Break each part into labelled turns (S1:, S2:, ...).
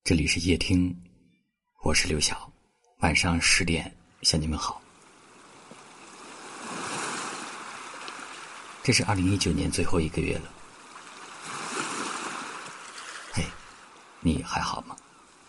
S1: 这里是夜听，我是刘晓，晚上10点向你们好。这是2019年最后一个月了，嘿，你还好吗？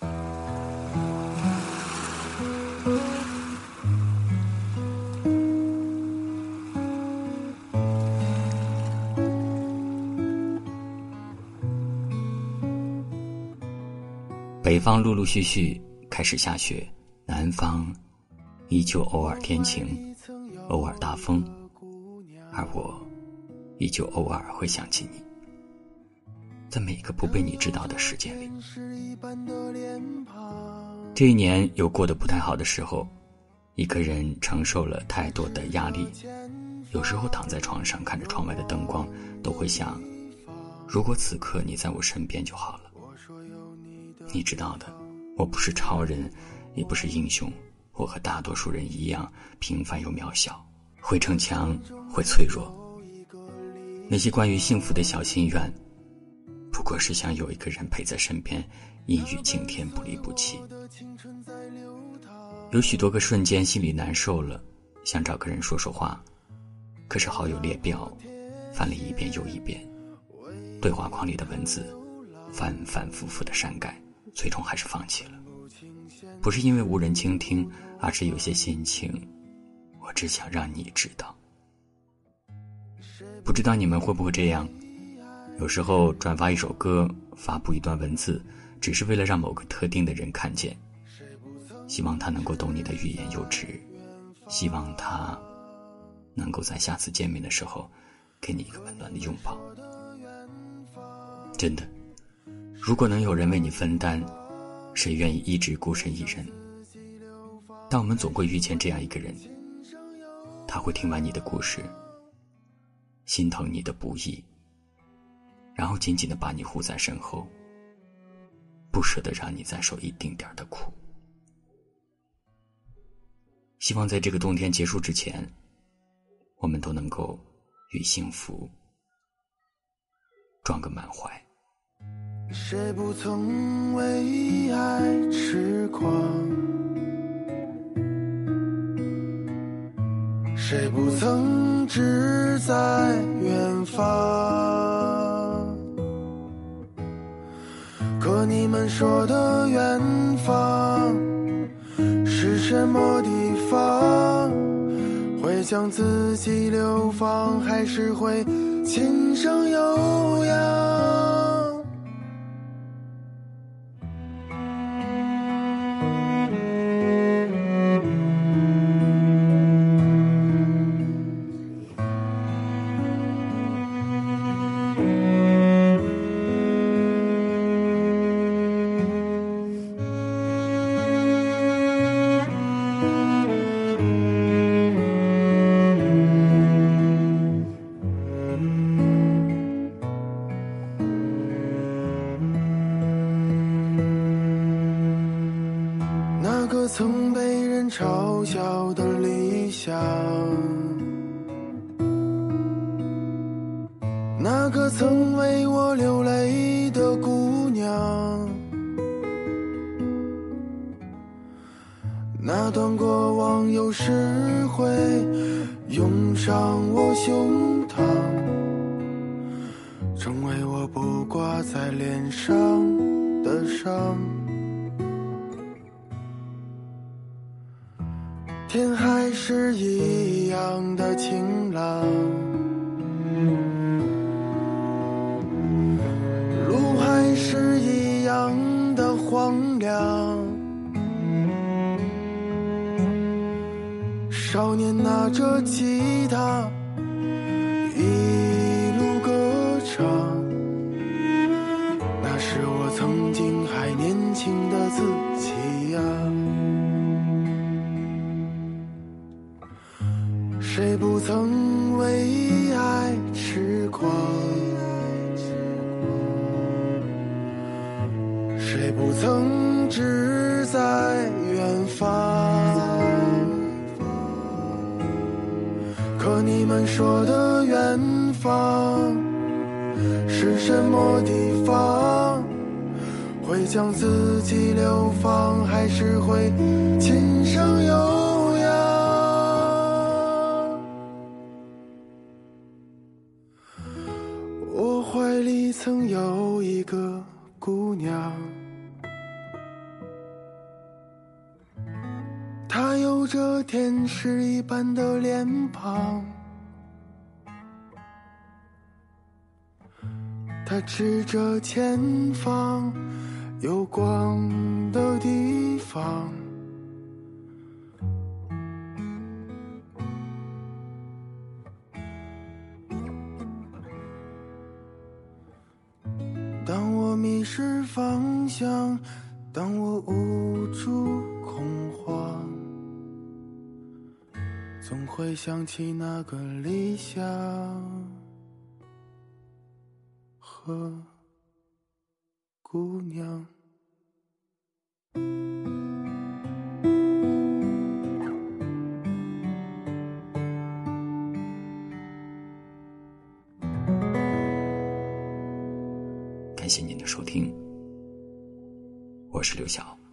S1: 北方陆陆续续开始下雪，南方依旧偶尔天晴，偶尔大风，而我依旧偶尔会想起你，在每一个不被你知道的时间里。这一年有过得不太好的时候，一个人承受了太多的压力，有时候躺在床上看着窗外的灯光，都会想，如果此刻你在我身边就好了。你知道的，我不是超人，也不是英雄，我和大多数人一样，平凡又渺小，会逞强，会脆弱。那些关于幸福的小心愿，不过是想有一个人陪在身边，阴雨晴天，不离不弃。有许多个瞬间心里难受了，想找个人说说话，可是好友列表翻了一遍又一遍，对话框里的文字反反复复的删改，最终还是放弃了。不是因为无人倾听，而是有些心情我只想让你知道。不知道你们会不会这样，有时候转发一首歌，发布一段文字，只是为了让某个特定的人看见，希望他能够懂你的欲言又止，希望他能够在下次见面的时候给你一个温暖的拥抱。真的，如果能有人为你分担，谁愿意一直孤身一人？但我们总会遇见这样一个人，他会听完你的故事，心疼你的不易，然后紧紧地把你护在身后，不舍得让你再受一丁点的苦。希望在这个冬天结束之前，我们都能够与幸福装个满怀。
S2: 谁不曾为爱痴狂？谁不曾志在远方？可你们说的远方是什么地方？会将自己流放，还是会轻声悠扬？曾被人嘲笑的理想，那个曾为我流泪的姑娘，那段过往有时会涌上我胸膛，成为我不挂在脸上的伤。天还是一样的晴朗，路还是一样的荒凉。少年拿着吉他一路歌唱，那是我曾经还年轻的自己呀。谁不曾为爱痴狂？谁不曾志在远方？可你们说的远方是什么地方？ 会将自己流放，还是会琴声悠扬？我怀里曾有一个姑娘，她有着天使一般的脸庞，她指着前方有光的地方，当我迷失方向，当我无助恐慌，总会想起那个理想和姑娘。
S1: 感谢您的收听，我是刘晓。